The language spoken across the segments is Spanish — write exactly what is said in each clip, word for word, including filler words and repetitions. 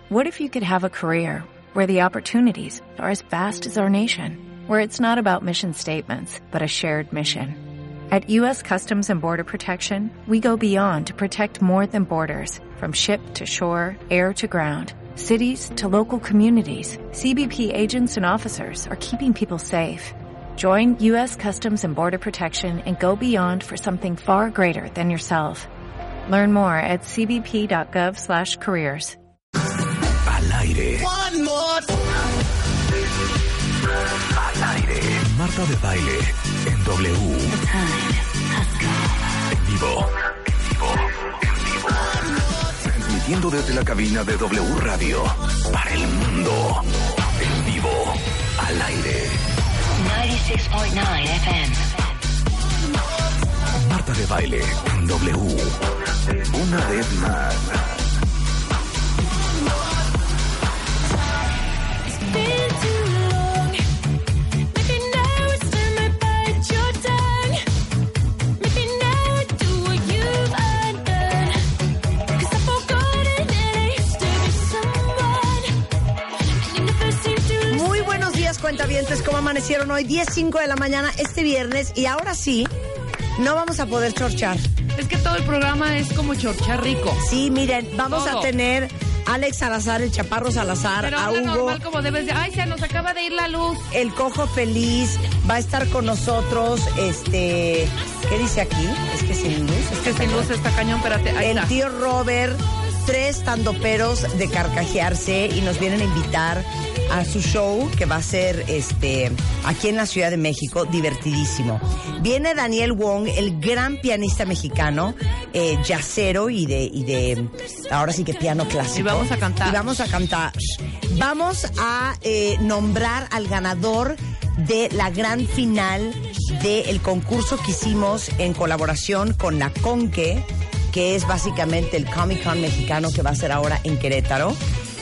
What if you could have a career where the opportunities are as vast as our nation, where it's not about mission statements, but a shared mission? At U S Customs and Border Protection, we go beyond to protect more than borders, from ship to shore, air to ground, cities to local communities. C B P agents and officers are keeping people safe. Join U S Customs and Border Protection and go beyond for something far greater than yourself. Learn more at cbp.gov slash careers. Al aire. One more. Al aire. Marta de Baile en W. The time has come. En vivo. En vivo. En vivo. Transmitiendo desde la cabina de W Radio para el mundo. En vivo. Al aire. noventa y seis punto nueve F M. Marta de Baile en W. Una vez más. Cuentavientes, ¿cómo amanecieron hoy? diez cinco de la mañana este viernes, y ahora sí, no vamos a poder chorchar. Es que todo el programa es como chorchar rico. Sí, miren, vamos todo. a tener a Alex Salazar, el Chaparro Salazar, Pero a habla Hugo, normal como debes de... Ay, se nos acaba de ir la luz. el Cojo Feliz, va a estar con nosotros, este... ¿Qué dice aquí? Es que sin luz. Es que sin luz está cañón, espérate. Ahí El está. tío Robert, tres tandoperos de carcajearse, y nos vienen a invitar a su show que va a ser este aquí en la Ciudad de México, divertidísimo. Viene Daniel Wong, el gran pianista mexicano, eh, jazzero y de, y de ahora sí que piano clásico. Y vamos a cantar. Y vamos a cantar. Vamos a eh, nombrar al ganador de la gran final del concurso que hicimos en colaboración con la Conque, que es básicamente el Comic Con mexicano que va a ser ahora en Querétaro.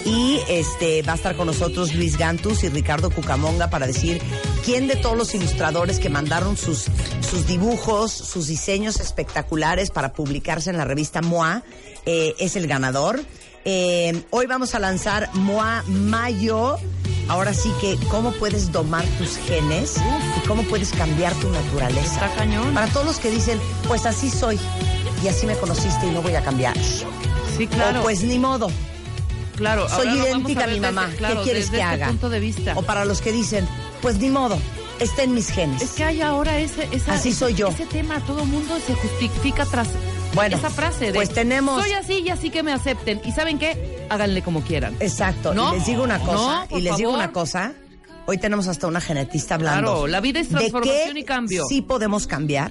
Y este va a estar con nosotros Luis Gantus y Ricardo Cucamonga para decir quién de todos los ilustradores que mandaron sus, sus dibujos, sus diseños espectaculares para publicarse en la revista M O A eh, es el ganador. Eh, hoy vamos a lanzar M O A Mayo. Ahora sí que cómo puedes domar tus genes y cómo puedes cambiar tu naturaleza. Está cañón. Para todos los que dicen, pues así soy y así me conociste y no voy a cambiar. Sí, claro. O pues ni modo. Claro, Soy ahora lo idéntica vamos a mi ver mamá. Desde, claro, ¿Qué quieres desde que este haga? punto de vista. O para los que dicen, pues ni modo, está en mis genes. Es que hay ahora ese, esa, Así ese, soy yo. ese tema, todo el mundo se justifica tras Bueno, esa frase de pues tenemos... soy así y así que me acepten. ¿Y saben qué? Háganle como quieran. Exacto. ¿No? Y les digo una cosa, No, por y les digo favor. una cosa, hoy tenemos hasta una genetista hablando. Claro, la vida es transformación de y cambio. Sí podemos cambiar,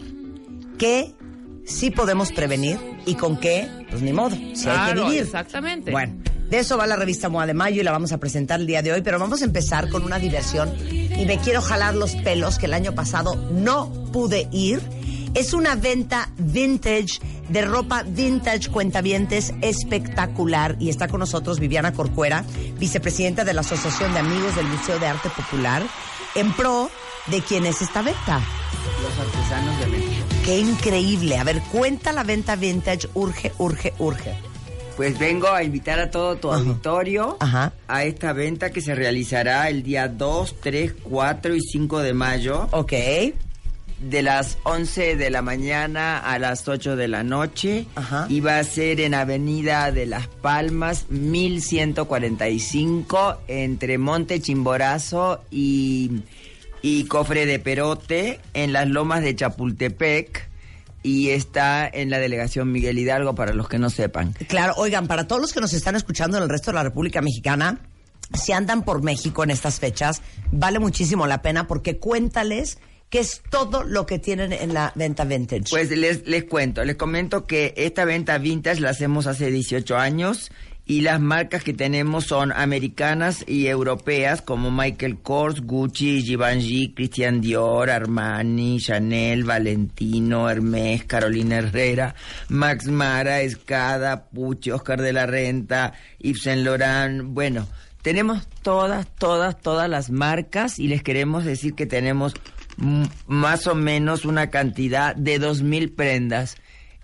qué sí podemos prevenir y con qué, pues ni modo, si Claro, hay que vivir. exactamente. Bueno, de eso va la revista M O A de Mayo y la vamos a presentar el día de hoy, pero vamos a empezar con una diversión y me quiero jalar los pelos que el año pasado no pude ir. Es una venta vintage de ropa vintage, cuentavientes, espectacular, y está con nosotros Viviana Corcuera, vicepresidenta de la Asociación de Amigos del Museo de Arte Popular, en pro de quién es esta venta. Los artesanos de México. ¡Qué increíble! A ver, cuenta la venta vintage, urge, urge, urge. Pues vengo a invitar a todo tu Ajá. auditorio Ajá. a esta venta que se realizará el día dos, tres, cuatro y cinco de mayo, Ok. de las once de la mañana a las ocho de la noche. Ajá. Y va a ser en Avenida de Las Palmas, mil ciento cuarenta y cinco, entre Monte Chimborazo y, y Cofre de Perote, en las Lomas de Chapultepec. Y está en la delegación Miguel Hidalgo, para los que no sepan. Claro, oigan, para todos los que nos están escuchando en el resto de la República Mexicana, si andan por México en estas fechas, vale muchísimo la pena, porque cuéntales qué es todo lo que tienen en la venta vintage. Pues les, les cuento, les comento que esta venta vintage la hacemos hace dieciocho años, y las marcas que tenemos son americanas y europeas, como Michael Kors, Gucci, Givenchy, Christian Dior, Armani, Chanel, Valentino, Hermès, Carolina Herrera, Max Mara, Escada, Pucci, Oscar de la Renta, Yves Saint Laurent. Bueno, tenemos todas, todas, todas las marcas, y les queremos decir que tenemos m- más o menos una cantidad de dos mil prendas.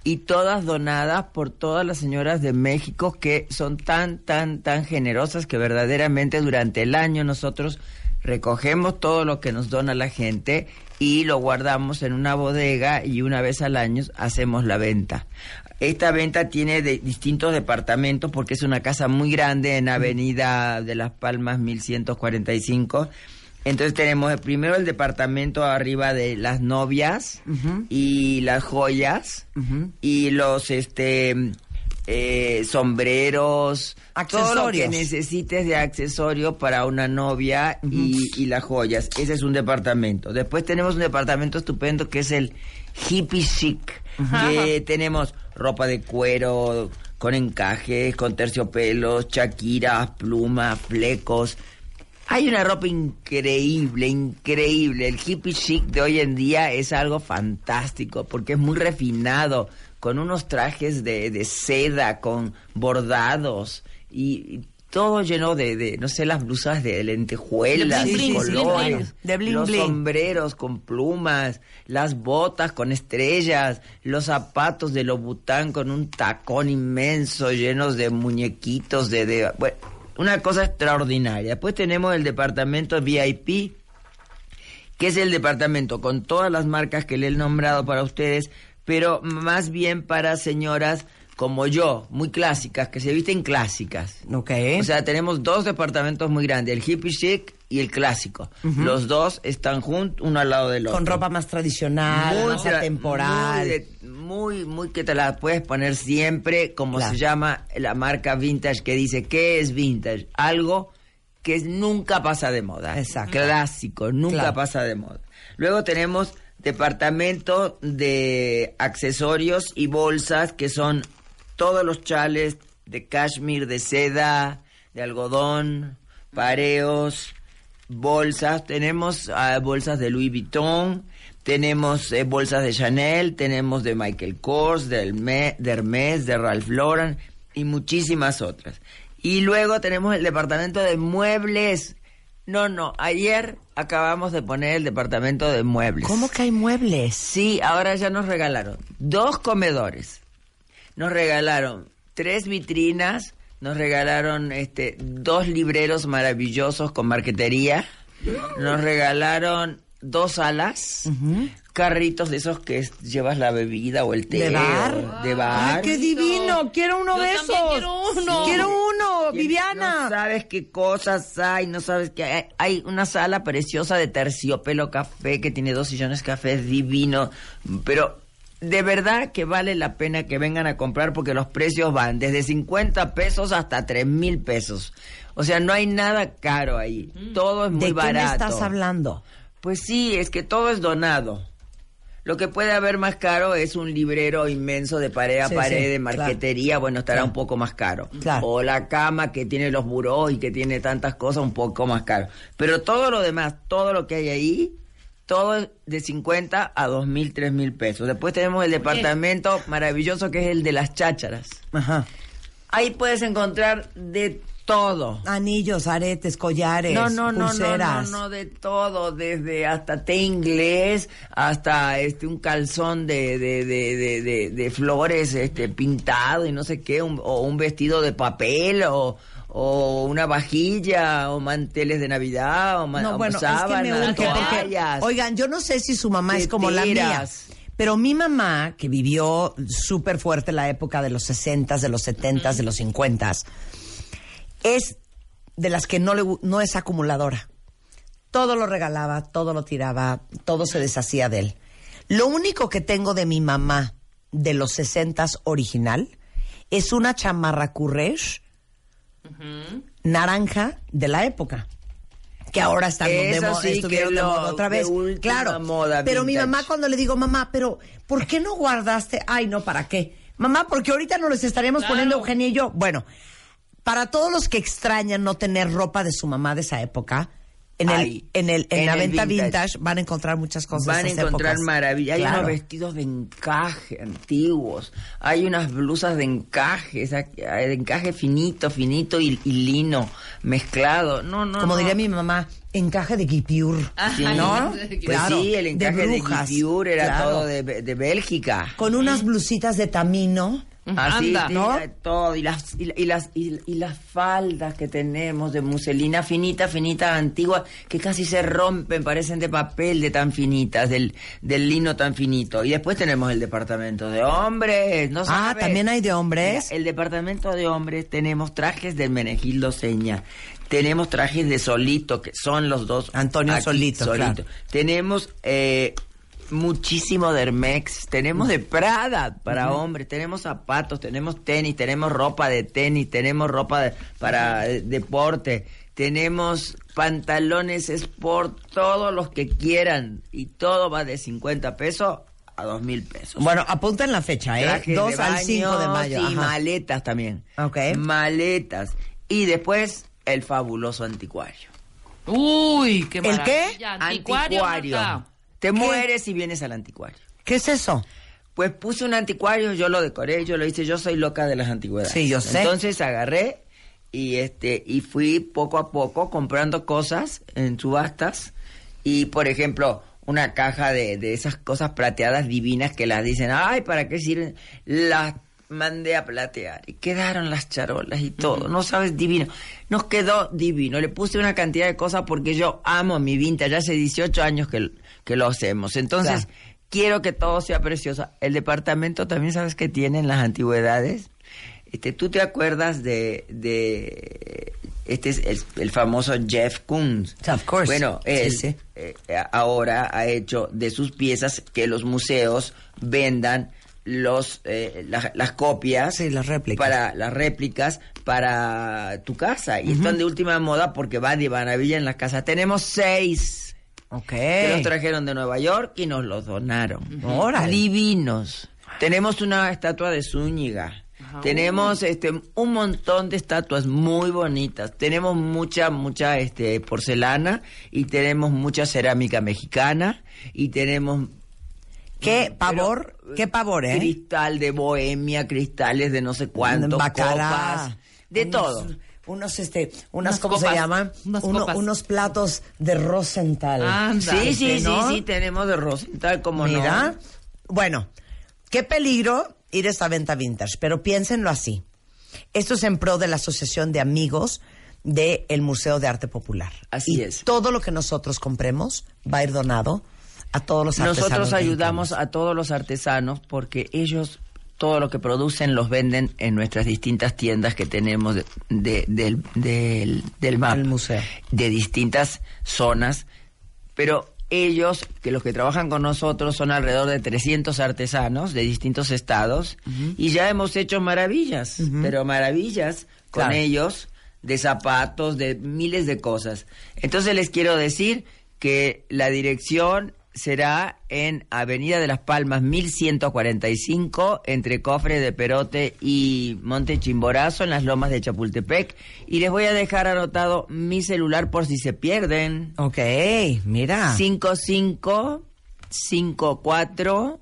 y todas donadas por todas las señoras de México que son tan, tan, tan generosas que verdaderamente durante el año nosotros recogemos todo lo que nos dona la gente y lo guardamos en una bodega y una vez al año hacemos la venta. Esta venta tiene de distintos departamentos porque es una casa muy grande en Avenida de Las Palmas mil ciento cuarenta y cinco. Entonces tenemos primero el departamento arriba de las novias uh-huh. y las joyas uh-huh. y los este eh, sombreros, todo lo que necesites de accesorio para una novia uh-huh. y, y las joyas. Ese es un departamento. Después tenemos un departamento estupendo que es el hippie chic, uh-huh. que tenemos ropa de cuero con encajes, con terciopelos, chaquiras, plumas, flecos. Hay una ropa increíble, increíble. El hippie chic de hoy en día es algo fantástico porque es muy refinado, con unos trajes de, de seda, con bordados y, y todo lleno de, de, no sé, las blusas de lentejuelas, de bling, colores, bling, de bling, los bling. sombreros con plumas, las botas con estrellas, los zapatos de Louboutin con un tacón inmenso, llenos de muñequitos, de... de bueno, una cosa extraordinaria. Después tenemos el departamento V I P, que es el departamento con todas las marcas que le he nombrado para ustedes, pero más bien para señoras como yo, muy clásicas, que se visten clásicas. Okay. O sea, tenemos dos departamentos muy grandes, el hippie chic y el clásico. Uh-huh. Los dos están juntos, uno al lado del otro. Con ropa más tradicional, muy más tra- atemporal. Muy, de, muy, muy que te la puedes poner siempre, como claro. se llama la marca vintage, que dice, ¿qué es vintage? Algo que nunca pasa de moda. Exacto. Clásico, nunca claro. pasa de moda. Luego tenemos departamento de accesorios y bolsas, que son todos los chales de cashmere, de seda, de algodón, pareos, bolsas. Tenemos uh, bolsas de Louis Vuitton, tenemos eh, bolsas de Chanel, tenemos de Michael Kors, de Hermès, de Hermès, de Ralph Lauren y muchísimas otras. Y luego tenemos el departamento de muebles. No, no, ayer acabamos de poner el departamento de muebles. ¿Cómo que hay muebles? Sí, ahora ya nos regalaron dos comedores. Nos regalaron tres vitrinas, nos regalaron este dos libreros maravillosos con marquetería, nos regalaron dos salas, uh-huh. carritos de esos que es, llevas la bebida o el té. ¿De bar? O de bar. ¡Ay, qué divino! ¡Quiero uno Yo de también esos! quiero uno. ¡Quiero uno, Y Viviana! No sabes qué cosas hay, no sabes qué hay. Hay una sala preciosa de terciopelo café que tiene dos sillones café divino, pero... de verdad que vale la pena que vengan a comprar porque los precios van desde cincuenta pesos hasta tres mil pesos. O sea, no hay nada caro ahí. Mm. Todo es muy ¿De barato. ¿De qué me estás hablando? Pues sí, es que todo es donado. Lo que puede haber más caro es un librero inmenso de pared a sí, pared, sí, de marquetería, claro. Bueno, estará claro. un poco más caro. Claro. O la cama que tiene los burós y que tiene tantas cosas, un poco más caro. Pero todo lo demás, todo lo que hay ahí... todo de cincuenta a dos mil, tres mil pesos. Después tenemos el departamento ¿Qué? maravilloso que es el de las chácharas. Ajá. Ahí puedes encontrar de todo. Anillos, aretes, collares, no, no, no, pulseras. No, no, no, de todo, desde hasta té inglés, hasta este un calzón de, de, de, de, de, de flores este pintado y no sé qué, un, o un vestido de papel, o... o una vajilla, o manteles de Navidad, o, ma- no, bueno, o sábanas, es que me urge, porque, oigan, yo no sé si su mamá es como la mía, pero mi mamá, que vivió súper fuerte la época de los sesentas, de los setentas, de los cincuentas, es de las que no le no es acumuladora. Todo lo regalaba, todo lo tiraba, todo se deshacía de él. Lo único que tengo de mi mamá de los sesentas original es una chamarra Courrèges Uh-huh. naranja de la época, que ahora están de moda, sí, estuvieron de moda otra vez, claro, moda pero vintage. Mi mamá, cuando le digo, mamá, pero ¿por qué no guardaste? Ay, no, ¿para qué? Mamá, porque ahorita nos les estaremos claro. poniendo Eugenia y yo. Bueno, para todos los que extrañan no tener ropa de su mamá de esa época, En el, Ahí, en el, en en la el venta vintage. vintage. van a encontrar muchas cosas. Van a de esas encontrar épocas. maravillas. Hay Claro. unos vestidos de encaje antiguos. Hay unas blusas de encaje, esa- de encaje finito, finito y, y lino mezclado. No, no, Como no. diría mi mamá, encaje de Guipure. Sí, ¿no? Pues Claro, sí, el encaje de, brujas. Guipure era Claro. todo de, de Bélgica. Con unas blusitas de tamino. Así, Anda. ¿no? todo. Y las, y, y las, y, y las faldas que tenemos de muselina finita, finita, antigua, que casi se rompen, parecen de papel de tan finitas, del, del lino tan finito. Y después tenemos el departamento de hombres, ¿no Ah, sabes? también hay de hombres. Mira, el departamento de hombres tenemos trajes del Menegildo Seña. Tenemos trajes de Solito, que son los dos. Antonio Solito, claro. Tenemos eh, muchísimo de Hermex. Tenemos de Prada para hombres. Tenemos zapatos, tenemos tenis, tenemos ropa de tenis, tenemos ropa de- para eh, deporte. Tenemos pantalones sport, todos los que quieran. Y todo va de cincuenta pesos a dos mil pesos. Bueno, apunten la fecha, ¿eh? Trajes dos de al baño, cinco de mayo. Sí, Ajá. maletas también. Ok. Maletas. Y después, el fabuloso anticuario. Uy, qué ¿El qué? maravilla. Anticuario. Marta. Te mueres si vienes al anticuario. ¿Qué es eso? Pues puse un anticuario, yo lo decoré, yo lo hice, yo soy loca de las antigüedades. Sí, yo sé. Entonces agarré y este y fui poco a poco comprando cosas en subastas y, por ejemplo, una caja de, de esas cosas plateadas divinas que las dicen, ay, ¿para qué sirven? Las mandé a platear y quedaron las charolas y todo, no sabes, divino. Nos quedó divino, le puse una cantidad de cosas porque yo amo mi vintage, ya hace dieciocho años que, que lo hacemos, entonces Claro. quiero que todo sea precioso. El departamento también, ¿sabes qué tienen las antigüedades? Este, ¿tú te acuerdas de, de este es el, el famoso Jeff Koons? Of course. Bueno, Sí, él sí. eh, ahora ha hecho de sus piezas que los museos vendan los eh, la- las copias, Sí, las réplicas. para las réplicas para tu casa y están de última moda porque va de maravilla en las casas. Tenemos seis Ok. que los trajeron de Nueva York y nos los donaron. Órale. Divinos. Tenemos una estatua de Zúñiga. Tenemos este un montón de estatuas muy bonitas. Tenemos mucha mucha este porcelana y tenemos mucha cerámica mexicana y tenemos Qué pavor, pero, qué pavor, ¿eh? cristal de Bohemia, cristales de no sé cuánto, Baccarat, copas, de unos- todo. Unos, este, unas, Unas ¿cómo se copas, llaman? unas Uno- copas. unos platos de Rosenthal. Anda. Sí, sí, sí, ¿no? sí, tenemos de Rosenthal, como Mira, no. bueno, qué peligro ir a esta venta vintage, pero piénsenlo así. Esto es en pro de la Asociación de Amigos del Museo de Arte Popular. Así Y es. todo lo que nosotros compremos va a ir donado a todos los artesanos Nosotros ayudamos mexicanos. a todos los artesanos porque ellos todo lo que producen los venden en nuestras distintas tiendas que tenemos de, de- del, del, del M A P, El museo. de distintas zonas, pero ellos, que los que trabajan con nosotros son alrededor de trescientos artesanos de distintos estados y ya hemos hecho maravillas, pero maravillas con Claro. ellos, de zapatos, de miles de cosas. Entonces les quiero decir que la dirección será en Avenida de las Palmas mil ciento cuarenta y cinco, entre Cofre de Perote y Monte Chimborazo, en las lomas de Chapultepec. Y les voy a dejar anotado mi celular por si se pierden. Ok, mira. cinco cinco cinco cuatro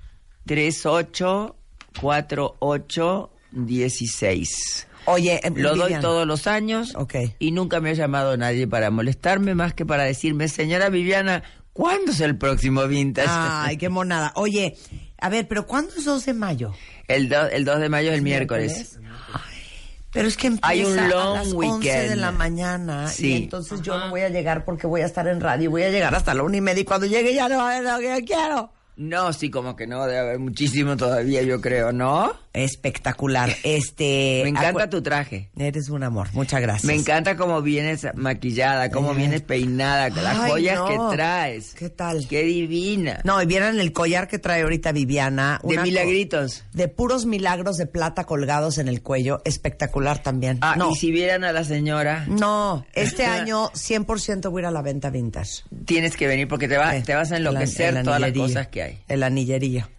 tres ocho cuatro ocho dieciséis. Oye, eh, Lo doy Vivian, todos los años Ok. y nunca me ha llamado nadie para molestarme más que para decirme, señora Viviana, ¿cuándo es el próximo vintage? Ay, qué monada. Oye, a ver, pero ¿cuándo es dos de mayo? El, do- el dos de mayo es el miércoles. Pero es que empieza Hay un a long las once de weekend. la mañana Sí. y entonces yo no voy a llegar porque voy a estar en radio y voy a llegar hasta la una y media y cuando llegue ya no va a haber lo que yo quiero. No, sí, como que no, debe haber muchísimo todavía, yo creo, ¿no? Espectacular. Este. Me encanta acu- tu traje. Eres un amor. Muchas gracias. Me encanta cómo vienes maquillada, cómo Ay. vienes peinada, las Ay, joyas no. que traes. ¿Qué tal? Qué divina. No, y vieran el collar que trae ahorita Viviana. De una co- milagritos. De puros milagros de plata colgados en el cuello. Espectacular también. Ah, no. y si vieran a la señora, No, este año cien por ciento voy a ir a la venta vintage. tienes que venir porque te, va, Eh, te vas a el an- enloquecer el todas las anillerillo. cosas que hay. El anillerillo.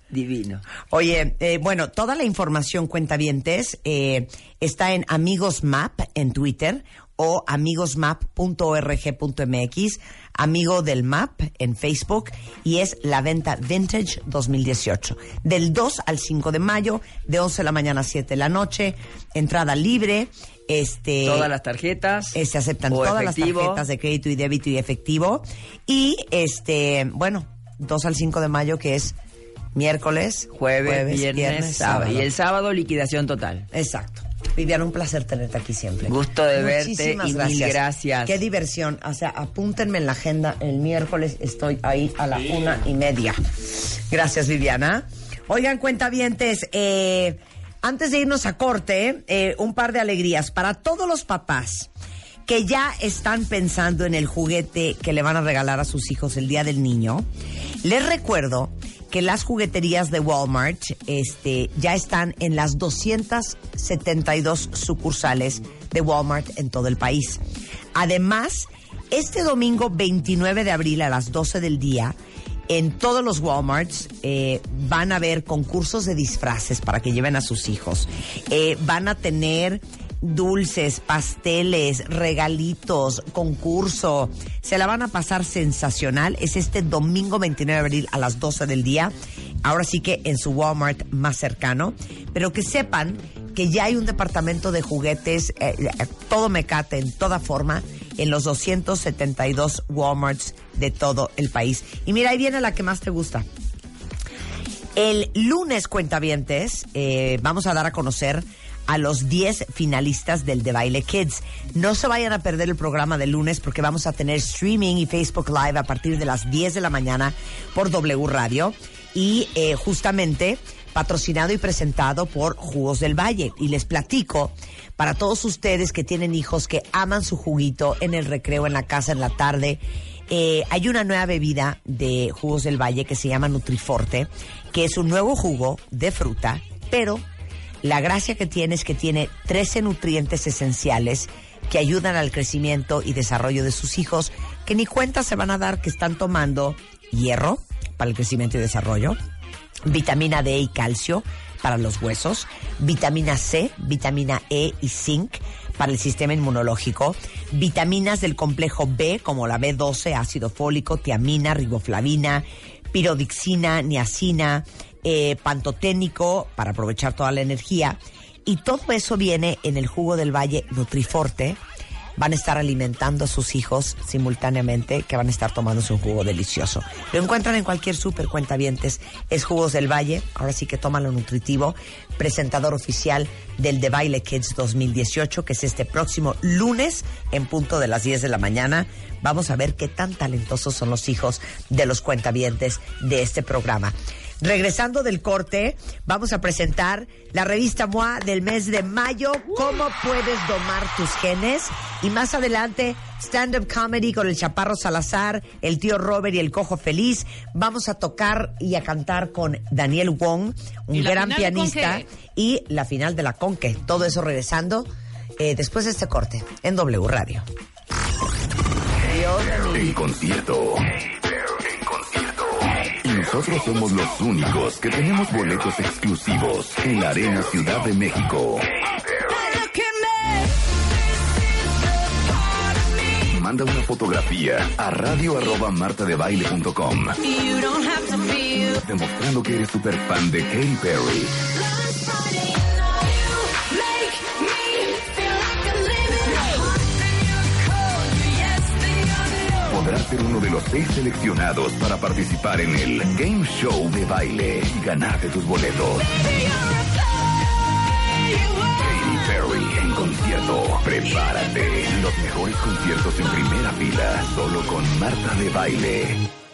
Divino. Oye, eh, bueno, toda la información, cuentavientes, eh, está en Amigos Map en Twitter o amigosmap punto org punto m x, Amigo del Map en Facebook, y es la venta Vintage dos mil dieciocho. Del dos al cinco de mayo, de once de la mañana a siete de la noche, entrada libre. Este, todas las tarjetas. Eh, se aceptan o todas efectivo. las tarjetas de crédito y débito y efectivo. Y, este, bueno, dos al cinco de mayo, que es miércoles, Jueves, jueves viernes, viernes, sábado. sábado. Y el sábado, liquidación total. Exacto. Viviana, un placer tenerte aquí siempre. Gusto de Muchísimas verte y mil gracias. Qué diversión. O sea, apúntenme en la agenda. El miércoles estoy ahí a la una y media. Gracias, Viviana. Oigan, cuentavientes, eh, antes de irnos a corte, eh, un par de alegrías para todos los papás que ya están pensando en el juguete que le van a regalar a sus hijos el Día del Niño. Les recuerdo que las jugueterías de Walmart este, ya están en las doscientas setenta y dos sucursales de Walmart en todo el país. Además, este domingo veintinueve de abril a las doce del día, en todos los Walmarts eh, van a haber concursos de disfraces para que lleven a sus hijos. Eh, van a tener dulces, pasteles, regalitos, concurso. Se la van a pasar sensacional. Es este domingo veintinueve de abril a las doce del día. Ahora sí que en su Walmart más cercano. Pero que sepan que ya hay un departamento de juguetes, eh, todo mecate, en toda forma, en los doscientos setenta y dos Walmarts de todo el país. Y mira, ahí viene la que más te gusta. El lunes, cuentavientes, eh, vamos a dar a conocer a los diez finalistas del De Baile Kids. No se vayan a perder el programa del lunes porque vamos a tener streaming y Facebook Live a partir de las diez de la mañana por W Radio y eh, justamente patrocinado y presentado por Jugos del Valle. Y les platico, para todos ustedes que tienen hijos que aman su juguito en el recreo, en la casa, en la tarde, eh, hay una nueva bebida de Jugos del Valle que se llama Nutriforte, que es un nuevo jugo de fruta, pero la gracia que tiene es que tiene trece nutrientes esenciales que ayudan al crecimiento y desarrollo de sus hijos, que ni cuenta se van a dar que están tomando hierro para el crecimiento y desarrollo, vitamina D y calcio para los huesos, vitamina C, vitamina E y zinc para el sistema inmunológico, vitaminas del complejo B como la B doce, ácido fólico, tiamina, riboflavina, pirodixina, niacina, Eh, pantoténico para aprovechar toda la energía, y todo eso viene en el Jugo del Valle Nutriforte. Van a estar alimentando a sus hijos simultáneamente, que van a estar tomándose un jugo delicioso. Lo encuentran en cualquier super cuentavientes. Es Jugos del Valle, ahora sí que tómalo nutritivo. Presentador oficial del The Baile Kids dos mil dieciocho, que es este próximo lunes en punto de las diez de la mañana. Vamos a ver qué tan talentosos son los hijos de los cuentavientes de este programa. Regresando del corte, vamos a presentar la revista M O A del mes de mayo, ¿Cómo puedes domar tus genes? Y más adelante, stand-up comedy con el Chaparro Salazar, el tío Robert y el Cojo Feliz. Vamos a tocar y a cantar con Daniel Wong, un gran pianista, y la final de la Conque. Todo eso regresando eh, después de este corte en W Radio. En concierto. Y nosotros somos los únicos que tenemos boletos exclusivos en la Arena Ciudad de México. Manda una fotografía a radio arroba marta de baile punto com demostrando que eres súper fan de Katy Perry. Podrás ser uno de los seis seleccionados para participar en el Game Show de Baile y ganarte tus boletos. Katy Perry en concierto. Prepárate. Los mejores conciertos en primera fila, solo con Marta de Baile.